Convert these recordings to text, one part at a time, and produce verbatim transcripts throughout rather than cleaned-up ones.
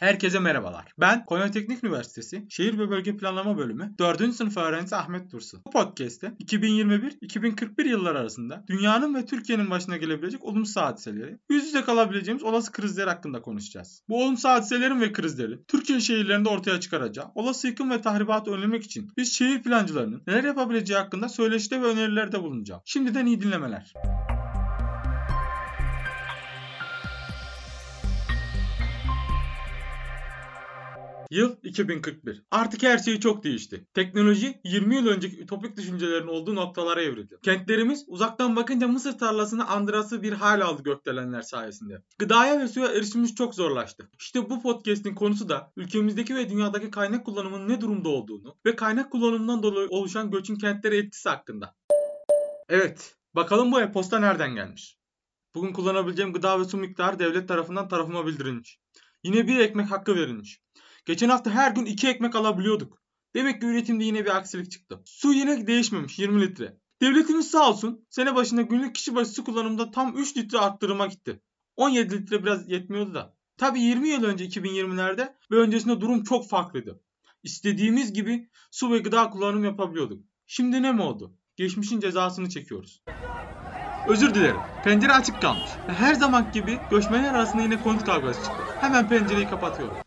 Herkese merhabalar. Ben Konya Teknik Üniversitesi Şehir ve Bölge Planlama Bölümü dördüncü sınıf öğrencisi Ahmet Dursun. Bu podcast'te iki bin yirmi bir iki bin kırk bir yılları arasında dünyanın ve Türkiye'nin başına gelebilecek olumsuz hadiseleri, yüz yüze kalabileceğimiz olası krizler hakkında konuşacağız. Bu olumsuz hadiselerin ve krizlerin Türkiye şehirlerinde ortaya çıkaracağı olası yıkım ve tahribatı önlemek için biz şehir plancılarının neler yapabileceği hakkında söyleşide ve önerilerde bulunacağım. Şimdiden iyi dinlemeler. Yıl iki bin kırk bir. Artık her şey çok değişti. Teknoloji yirmi yıl önceki ütopik düşüncelerin olduğu noktalara evrildi. Kentlerimiz uzaktan bakınca mısır tarlasını andırası bir hal aldı gökdelenler sayesinde. Gıdaya ve suya erişimimiz çok zorlaştı. İşte bu podcast'in konusu da ülkemizdeki ve dünyadaki kaynak kullanımının ne durumda olduğunu ve kaynak kullanımından dolayı oluşan göçün kentlere etkisi hakkında. Evet, bakalım bu e-posta nereden gelmiş? Bugün kullanabileceğim gıda ve su miktarı devlet tarafından tarafıma bildirilmiş. Yine bir ekmek hakkı verilmiş. Geçen hafta her gün iki ekmek alabiliyorduk. Demek ki üretimde yine bir aksilik çıktı. Su yine değişmemiş, yirmi litre. Devletimiz sağ olsun sene başında günlük kişi başı su kullanımında tam üç litre arttırıma gitti. on yedi litre biraz yetmiyordu da. Tabi yirmi yıl önce iki bin yirmilerde ve öncesinde durum çok farklıydı. İstediğimiz gibi su ve gıda kullanım yapabiliyorduk. Şimdi ne mi oldu? Geçmişin cezasını çekiyoruz. Özür dilerim. Pencere açık kalmış. Her zaman gibi göçmenler arasında yine konut kavgası çıktı. Hemen pencereyi kapatıyorum.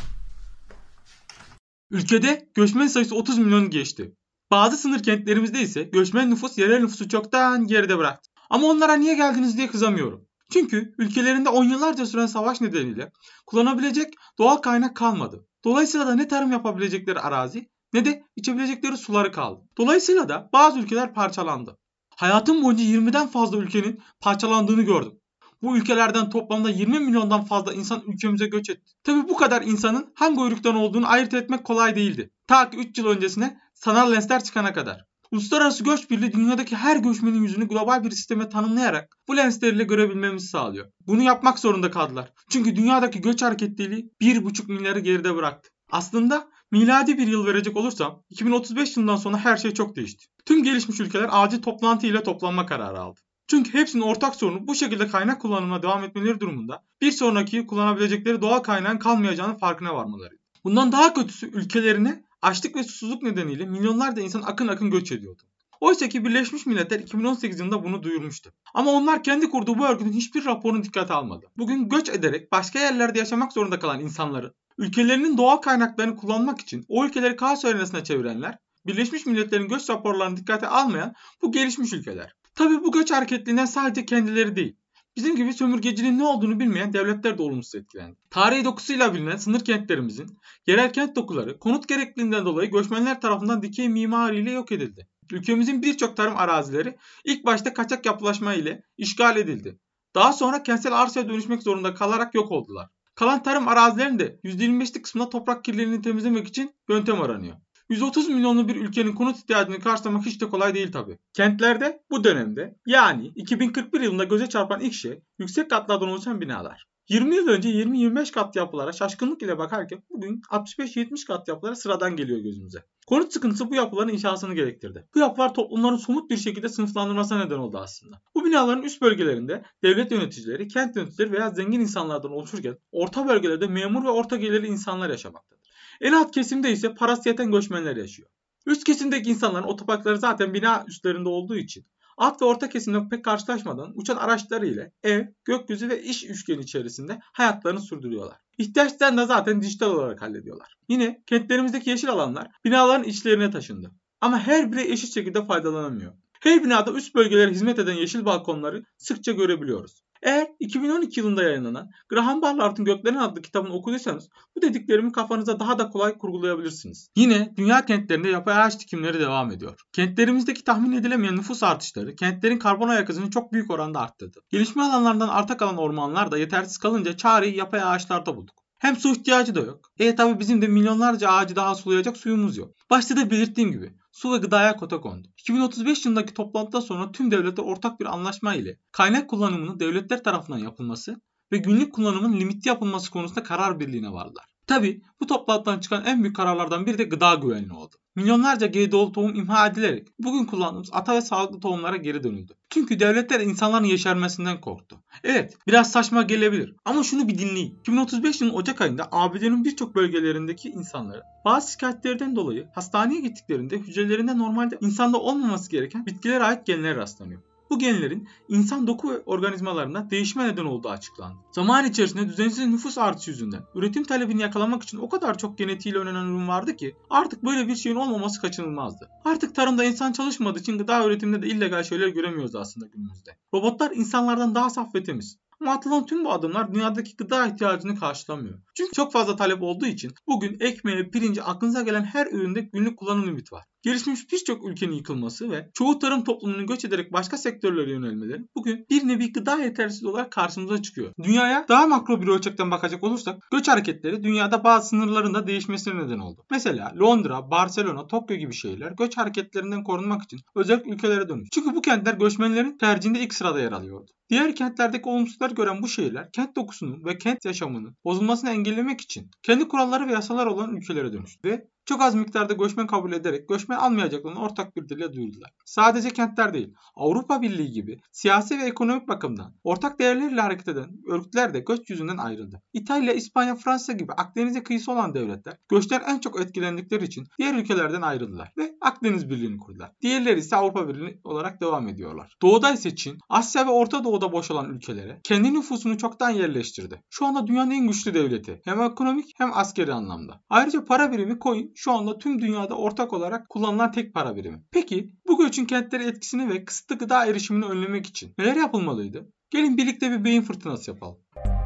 Ülkede göçmen sayısı otuz milyonu geçti. Bazı sınır kentlerimizde ise göçmen nüfus yerel nüfusu çoktan geride bıraktı. Ama onlara niye geldiniz diye kızamıyorum. Çünkü ülkelerinde on yıllarca süren savaş nedeniyle kullanabilecek doğal kaynak kalmadı. Dolayısıyla da ne tarım yapabilecekleri arazi ne de içebilecekleri suları kaldı. Dolayısıyla da bazı ülkeler parçalandı. Hayatım boyunca yirmiden fazla ülkenin parçalandığını gördüm. Bu ülkelerden toplamda yirmi milyondan fazla insan ülkemize göç etti. Tabi bu kadar insanın hangi uyruktan olduğunu ayırt etmek kolay değildi. Ta ki üç yıl öncesine sanal lensler çıkana kadar. Uluslararası Göç Birliği dünyadaki her göçmenin yüzünü global bir sisteme tanımlayarak bu lenslerle görebilmemizi sağlıyor. Bunu yapmak zorunda kaldılar. Çünkü dünyadaki göç hareketliliği bir buçuk milyarı geride bıraktı. Aslında miladi bir yıl verecek olursam iki bin otuz beş yılından sonra her şey çok değişti. Tüm gelişmiş ülkeler acil toplantı ile toplanma kararı aldı. Çünkü hepsinin ortak sorunu bu şekilde kaynak kullanımına devam etmeleri durumunda bir sonraki kullanabilecekleri doğal kaynağın kalmayacağının farkına varmalarıydı. Bundan daha kötüsü ülkelerine açlık ve susuzluk nedeniyle milyonlarca insan akın akın göç ediyordu. Oysa ki Birleşmiş Milletler iki bin on sekiz yılında bunu duyurmuştu. Ama onlar kendi kurduğu bu örgütün hiçbir raporunu dikkate almadı. Bugün göç ederek başka yerlerde yaşamak zorunda kalan insanları, ülkelerinin doğal kaynaklarını kullanmak için o ülkeleri kaos arenasına çevirenler, Birleşmiş Milletler'in göç raporlarını dikkate almayan bu gelişmiş ülkeler. Tabii bu göç hareketliliğinden sadece kendileri değil, bizim gibi sömürgeciliğin ne olduğunu bilmeyen devletler de olumsuz etkilendi. Tarihi dokusuyla bilinen sınır kentlerimizin yerel kent dokuları konut gerekliliğinden dolayı göçmenler tarafından dikey mimariyle yok edildi. Ülkemizin birçok tarım arazileri ilk başta kaçak yapılaşma ile işgal edildi. Daha sonra kentsel arsaya dönüşmek zorunda kalarak yok oldular. Kalan tarım arazilerinin de yüzde yirmi beşlik kısmında toprak kirliliğini temizlemek için yöntem aranıyor. yüz otuz milyonlu bir ülkenin konut ihtiyacını karşılamak hiç de kolay değil tabi. Kentlerde bu dönemde yani iki bin kırk bir yılında göze çarpan ilk şey yüksek katlardan oluşan binalar. yirmi yıl önce yirmi yirmi beş kat yapılara şaşkınlık ile bakarken bugün altmış beş yetmiş kat yapılara sıradan geliyor gözümüze. Konut sıkıntısı bu yapıların inşasını gerektirdi. Bu yapılar toplumların somut bir şekilde sınıflandırmasına neden oldu aslında. Bu binaların üst bölgelerinde devlet yöneticileri, kent yöneticileri veya zengin insanlardan oluşurken orta bölgelerde memur ve orta gelirli insanlar yaşamaktadır. En alt kesimde ise parası yeten göçmenler yaşıyor. Üst kesimdeki insanların otoparkları zaten bina üstlerinde olduğu için alt ve orta kesimde pek karşılaşmadan uçan araçları ile ev, gökyüzü ve iş üçgeni içerisinde hayatlarını sürdürüyorlar. İhtiyaçlarını da zaten dijital olarak hallediyorlar. Yine kentlerimizdeki yeşil alanlar binaların içlerine taşındı. Ama her biri eşit şekilde faydalanamıyor. Her binada üst bölgelere hizmet eden yeşil balkonları sıkça görebiliyoruz. Eğer iki bin on iki yılında yayınlanan Graham Ballard'ın Gökdelen adlı kitabını okuduysanız bu dediklerimi kafanıza daha da kolay kurgulayabilirsiniz. Yine dünya kentlerinde yapay ağaç dikimleri devam ediyor. Kentlerimizdeki tahmin edilemeyen nüfus artışları kentlerin karbon ayak izini çok büyük oranda arttırdı. Gelişme alanlarından arta kalan ormanlar da yetersiz kalınca çareyi yapay ağaçlarda bulduk. Hem su ihtiyacı da yok. E tabi bizim de milyonlarca ağacı daha sulayacak suyumuz yok. Başta da belirttiğim gibi su ve gıdaya kota kondu. iki bin otuz beş yılındaki toplantıdan sonra tüm devletler ortak bir anlaşma ile kaynak kullanımının devletler tarafından yapılması ve günlük kullanımın limitli yapılması konusunda karar birliğine vardılar. Tabii bu toplantıdan çıkan en büyük kararlardan biri de gıda güvenliği oldu. Milyonlarca G D O'lu tohum imha edilerek bugün kullandığımız ata ve sağlıklı tohumlara geri dönüldü. Çünkü devletler insanların yeşermesinden korktu. Evet, biraz saçma gelebilir ama şunu bir dinleyin. iki bin otuz beş yılının Ocak ayında A B D'nin birçok bölgelerindeki insanları bazı şikayetlerden dolayı hastaneye gittiklerinde hücrelerinde normalde insanda olmaması gereken bitkilere ait genlere rastlanıyor. Bu genlerin insan doku ve organizmalarında değişme neden olduğu açıklandı. Zaman içerisinde düzensiz nüfus artışı yüzünden üretim talebini yakalamak için o kadar çok genetiğiyle önlenen ürün vardı ki artık böyle bir şeyin olmaması kaçınılmazdı. Artık tarımda insan çalışmadığı için gıda üretiminde de illegal şeyler göremiyoruz aslında günümüzde. Robotlar insanlardan daha saf ve temiz. Ama atılan tüm bu adımlar dünyadaki gıda ihtiyacını karşılamıyor. Çünkü çok fazla talep olduğu için bugün ekmeğe, pirinci, aklınıza gelen her üründe günlük kullanım limiti var. Gelişmiş birçok ülkenin yıkılması ve çoğu tarım toplumunun göç ederek başka sektörlere yönelmeleri bugün bir nevi gıda yetersizliği olarak karşımıza çıkıyor. Dünyaya daha makro bir ölçekten bakacak olursak göç hareketleri dünyada bazı sınırların da değişmesine neden oldu. Mesela Londra, Barcelona, Tokyo gibi şehirler göç hareketlerinden korunmak için özel ülkelere dönüş. Çünkü bu kentler göçmenlerin tercihinde ilk sırada yer alıyordu. Diğer kentlerdeki olumsuzluklar gören bu şehirler kent dokusunun ve kent yaşamının bozulmasını engellemek için kendi kuralları ve yasalar olan ülkelere dönüştü ve çok az miktarda göçmen kabul ederek göçmen almayacaklarını ortak bir dille duyurdular. Sadece kentler değil, Avrupa Birliği gibi siyasi ve ekonomik bakımdan ortak değerlerle hareket eden örgütler de göç yüzünden ayrıldı. İtalya, İspanya, Fransa gibi Akdeniz'e kıyısı olan devletler göçten en çok etkilendikleri için diğer ülkelerden ayrıldılar ve Akdeniz Birliği'ni kurdular. Diğerleri ise Avrupa Birliği olarak devam ediyorlar. Doğuda ise Çin, Asya ve Orta Doğu'da boşalan ülkelere kendi nüfusunu çoktan yerleştirdi. Şu anda dünyanın en güçlü devleti, hem ekonomik hem askeri anlamda. Ayrıca para birimi coin şu anda tüm dünyada ortak olarak kullanılan tek para birimi. Peki bu göçün kentlere etkisini ve kısıtlı gıda erişimini önlemek için neler yapılmalıydı? Gelin birlikte bir beyin fırtınası yapalım.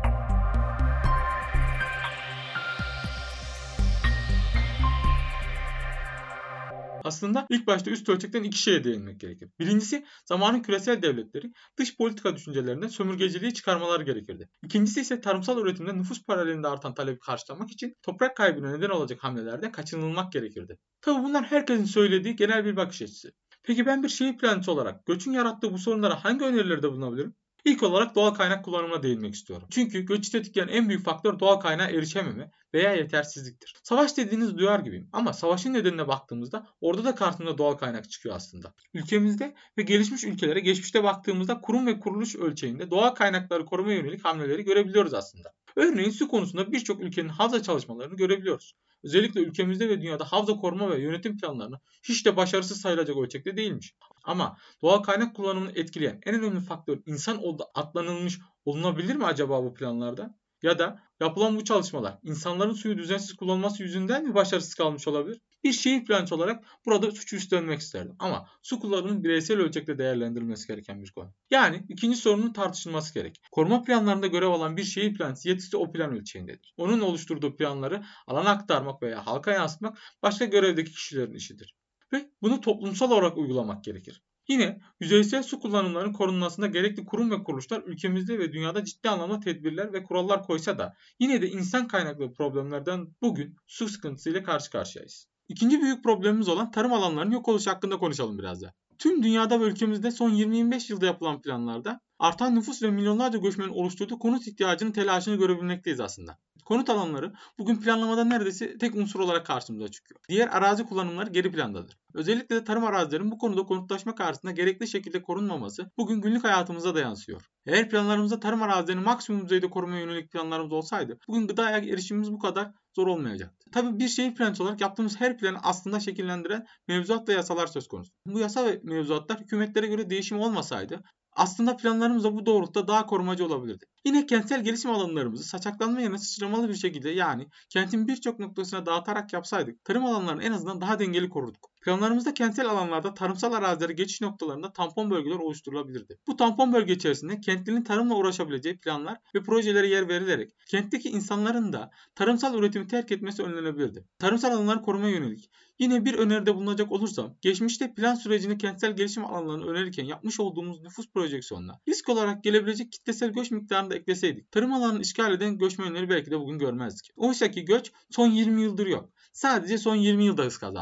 Aslında ilk başta üst ölçekten iki şeye değinmek gerekir. Birincisi, zamanın küresel devletleri dış politika düşüncelerinden sömürgeciliği çıkarmaları gerekirdi. İkincisi ise tarımsal üretimde nüfus paralelinde artan talebi karşılamak için toprak kaybına neden olacak hamlelerden kaçınılmak gerekirdi. Tabi bunlar herkesin söylediği genel bir bakış açısı. Peki ben bir şehir plancısı olarak göçün yarattığı bu sorunlara hangi önerilerde bulunabilirim? İlk olarak doğal kaynak kullanımına değinmek istiyorum. Çünkü göçü tetikleyen en büyük faktör doğal kaynağa erişememe veya yetersizliktir. Savaş dediğiniz duyar gibiyim ama savaşın nedenine baktığımızda orada da karşımıza doğal kaynak çıkıyor aslında. Ülkemizde ve gelişmiş ülkelere geçmişte baktığımızda kurum ve kuruluş ölçeğinde doğal kaynakları korumaya yönelik hamleleri görebiliyoruz aslında. Örneğin su konusunda birçok ülkenin havza çalışmalarını görebiliyoruz. Özellikle ülkemizde ve dünyada havza koruma ve yönetim planlarını hiç de başarısız sayılacak ölçekte değilmiş. Ama doğal kaynak kullanımını etkileyen en önemli faktör insan atlanılmış olunabilir mi acaba bu planlarda? Ya da yapılan bu çalışmalar insanların suyu düzensiz kullanması yüzünden mi başarısız kalmış olabilir? Bir şehir plancısı olarak burada suçu üstlenmek isterdim. Ama su kullanımının bireysel ölçekte değerlendirilmesi gereken bir konu. Yani ikinci sorunun tartışılması gerek. Koruma planlarında görev alan bir şehir plancısı yetkisi o plan ölçeğindedir. Onun oluşturduğu planları alana aktarmak veya halka yansıtmak başka görevdeki kişilerin işidir. Ve bunu toplumsal olarak uygulamak gerekir. Yine yüzeysel su kullanımlarının korunmasında gerekli kurum ve kuruluşlar ülkemizde ve dünyada ciddi anlamda tedbirler ve kurallar koysa da yine de insan kaynaklı problemlerden bugün su sıkıntısıyla karşı karşıyayız. İkinci büyük problemimiz olan tarım alanlarının yok oluşu hakkında konuşalım biraz da. Tüm dünyada ve ülkemizde son yirmi yirmi beş yılda yapılan planlarda artan nüfus ve milyonlarca göçmenin oluşturduğu konut ihtiyacının telaşını görebilmekteyiz aslında. Konut alanları bugün planlamada neredeyse tek unsur olarak karşımıza çıkıyor. Diğer arazi kullanımları geri plandadır. Özellikle de tarım arazilerinin bu konuda konutlaşma karşısında gerekli şekilde korunmaması bugün günlük hayatımıza da yansıyor. Eğer planlarımızda tarım arazilerini maksimum düzeyde korumaya yönelik planlarımız olsaydı bugün gıdaya erişimimiz bu kadar zor olmayacaktı. Tabii bir şehir plancısı olarak yaptığımız her planı aslında şekillendiren mevzuat ve yasalar söz konusu. Bu yasa ve mevzuatlar hükümetlere göre değişim olmasaydı aslında planlarımız da bu doğrultuda daha korumacı olabilirdi. Yine kentsel gelişim alanlarımızı saçaklanma yerine sıçramalı bir şekilde yani kentin birçok noktasına dağıtarak yapsaydık tarım alanlarını en azından daha dengeli korurduk. Planlarımızda kentsel alanlarda tarımsal arazilere geçiş noktalarında tampon bölgeler oluşturulabilirdi. Bu tampon bölge içerisinde kentlinin tarımla uğraşabileceği planlar ve projelere yer verilerek kentteki insanların da tarımsal üretimi terk etmesi önlenebilirdi. Tarımsal alanları korumaya yönelik yine bir öneride bulunacak olursam, geçmişte plan sürecini kentsel gelişim alanlarını önerirken yapmış olduğumuz nüfus projeksiyonuna risk olarak gelebilecek kitlesel göç miktarını da ekleseydik, tarım alanını işgal eden göçmenleri belki de bugün görmezdik. Oysa ki göç son yirmi yıldır yok. Sadece son yirmi yılda hız kazandı.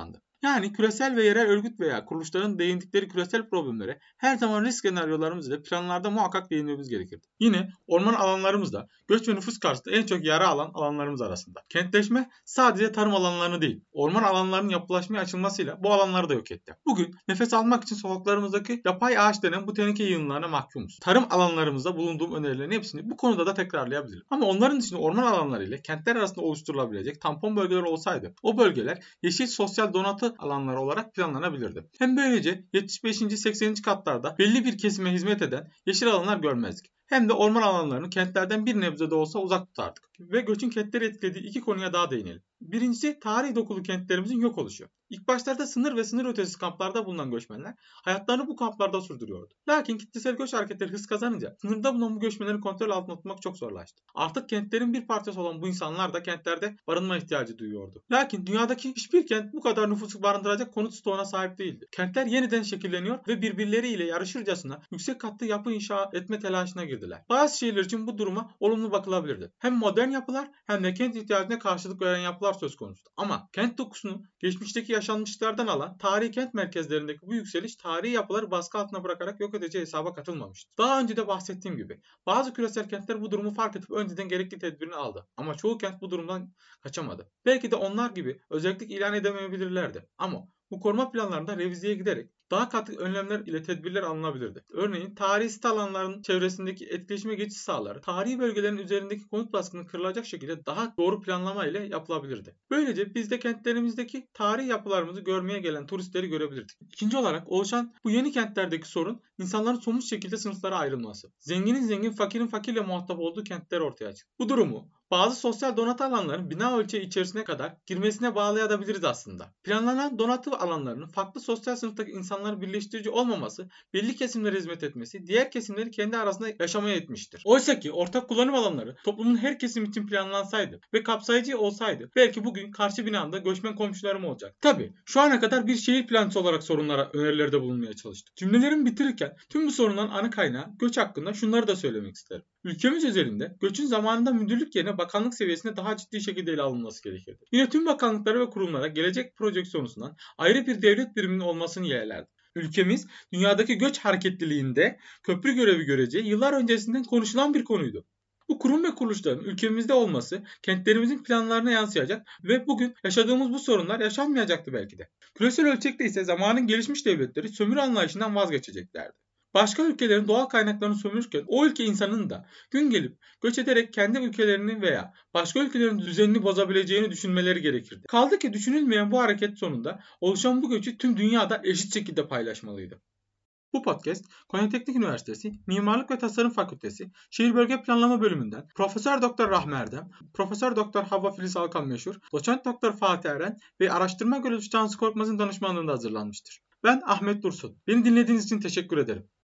Yani küresel ve yerel örgüt veya kuruluşların değindikleri küresel problemlere her zaman risk senaryolarımız ile planlarda muhakkak değinmemiz gerekirdi. Yine orman alanlarımız da göç ve nüfus karşıtı en çok yara alan alanlarımız arasında. Kentleşme sadece tarım alanlarını değil, orman alanlarının yapılaşmaya açılmasıyla bu alanları da yok etti. Bugün nefes almak için sokaklarımızdaki yapay ağaç denen bu teneke yığınlarına mahkumuz. Tarım alanlarımızda bulunduğum önerilerin hepsini bu konuda da tekrarlayabilirim. Ama onların dışında orman alanları ile kentler arasında oluşturulabilecek tampon bölgeler olsaydı o bölgeler yeşil sosyal donatı alanları olarak planlanabilirdi. Hem böylece yetmiş beşinci sekseninci katlarda belli bir kesime hizmet eden yeşil alanlar görmezdik. Hem de orman alanlarını kentlerden bir nebze de olsa uzak tutardık. Ve göçün kentleri etkilediği iki konuya daha değinelim. Birincisi tarihi dokulu kentlerimizin yok oluşu. İlk başlarda sınır ve sınır ötesi kamplarda bulunan göçmenler hayatlarını bu kamplarda sürdürüyordu. Lakin kitlesel göç hareketleri hız kazanınca sınırda bulunan bu göçmenleri kontrol altına tutmak çok zorlaştı. Artık kentlerin bir parçası olan bu insanlar da kentlerde barınma ihtiyacı duyuyordu. Lakin dünyadaki hiçbir kent bu kadar nüfusu barındıracak konut stoğuna sahip değildi. Kentler yeniden şekilleniyor ve birbirleriyle yarışırcasına yüksek katlı yapı inşa etme telaşına girdiler. Bazı şehirler için bu duruma olumlu bakılabilirdi. Hem modern yapılar hem de kent ihtiyacına karşılık veren yapılar söz konusu. Ama kent dokusunu geçmişteki yaşanmışlıklardan alan tarihi kent merkezlerindeki bu yükseliş tarihi yapıları baskı altına bırakarak yok edeceği hesaba katılmamıştı. Daha önce de bahsettiğim gibi bazı küresel kentler bu durumu fark edip önceden gerekli tedbirini aldı. Ama çoğu kent bu durumdan kaçamadı. Belki de onlar gibi özellik ilan edemeyebilirlerdi. Ama bu koruma planlarında revizeye giderek daha katı önlemler ile tedbirler alınabilirdi. Örneğin tarihi sit alanlarının çevresindeki etkileşime geçiş sahaları, tarihi bölgelerin üzerindeki konut baskını kırılacak şekilde daha doğru planlama ile yapılabilirdi. Böylece biz de kentlerimizdeki tarihi yapılarımızı görmeye gelen turistleri görebilirdik. İkinci olarak oluşan bu yeni kentlerdeki sorun insanların somut şekilde sınıflara ayrılması. Zenginin zengin, fakirin fakirle muhatap olduğu kentler ortaya çıktı. Bu durumu bazı sosyal donatı alanlarının bina ölçeği içerisine kadar girmesine bağlayabiliriz aslında. Planlanan donatı alanlarının farklı sosyal sınıftaki insanları birleştirici olmaması, belli kesimlere hizmet etmesi, diğer kesimleri kendi arasında yaşamaya etmiştir. Oysa ki ortak kullanım alanları toplumun her kesim için planlansaydı ve kapsayıcı olsaydı belki bugün karşı binamda göçmen komşularım olacak. Tabi şu ana kadar bir şehir plancısı olarak sorunlara önerilerde bulunmaya çalıştık. Cümlelerimi bitirirken tüm bu sorunların ana kaynağı göç hakkında şunları da söylemek isterim. Ülkemiz özelinde göçün zamanında müdürlük yerine bakanlık seviyesinde daha ciddi şekilde ele alınması gerekirdi. Yine tüm bakanlıklara ve kurumlara gelecek projeksiyonusundan ayrı bir devlet biriminin olmasını yeğlerdi. Ülkemiz dünyadaki göç hareketliliğinde köprü görevi göreceği yıllar öncesinden konuşulan bir konuydu. Bu kurum ve kuruluşların ülkemizde olması kentlerimizin planlarına yansıyacak ve bugün yaşadığımız bu sorunlar yaşanmayacaktı belki de. Küresel ölçekte ise zamanın gelişmiş devletleri sömürü anlayışından vazgeçeceklerdi. Başka ülkelerin doğal kaynaklarını sömürürken o ülke insanının da gün gelip göç ederek kendi ülkelerini veya başka ülkelerin düzenini bozabileceğini düşünmeleri gerekirdi. Kaldı ki düşünülmeyen bu hareket sonunda oluşan bu göçü tüm dünyada eşit şekilde paylaşmalıydı. Bu podcast Konya Teknik Üniversitesi Mimarlık ve Tasarım Fakültesi Şehir Bölge Planlama Bölümünden Profesör Doktor Rahmi Erdem, Profesör Doktor Havva Filiz Alkan Meşhur, Doçent Doktor Fatih Eren ve Araştırma Görevlisi Cansu Korkmaz'ın danışmanlığında hazırlanmıştır. Ben Ahmet Dursun. Beni dinlediğiniz için teşekkür ederim.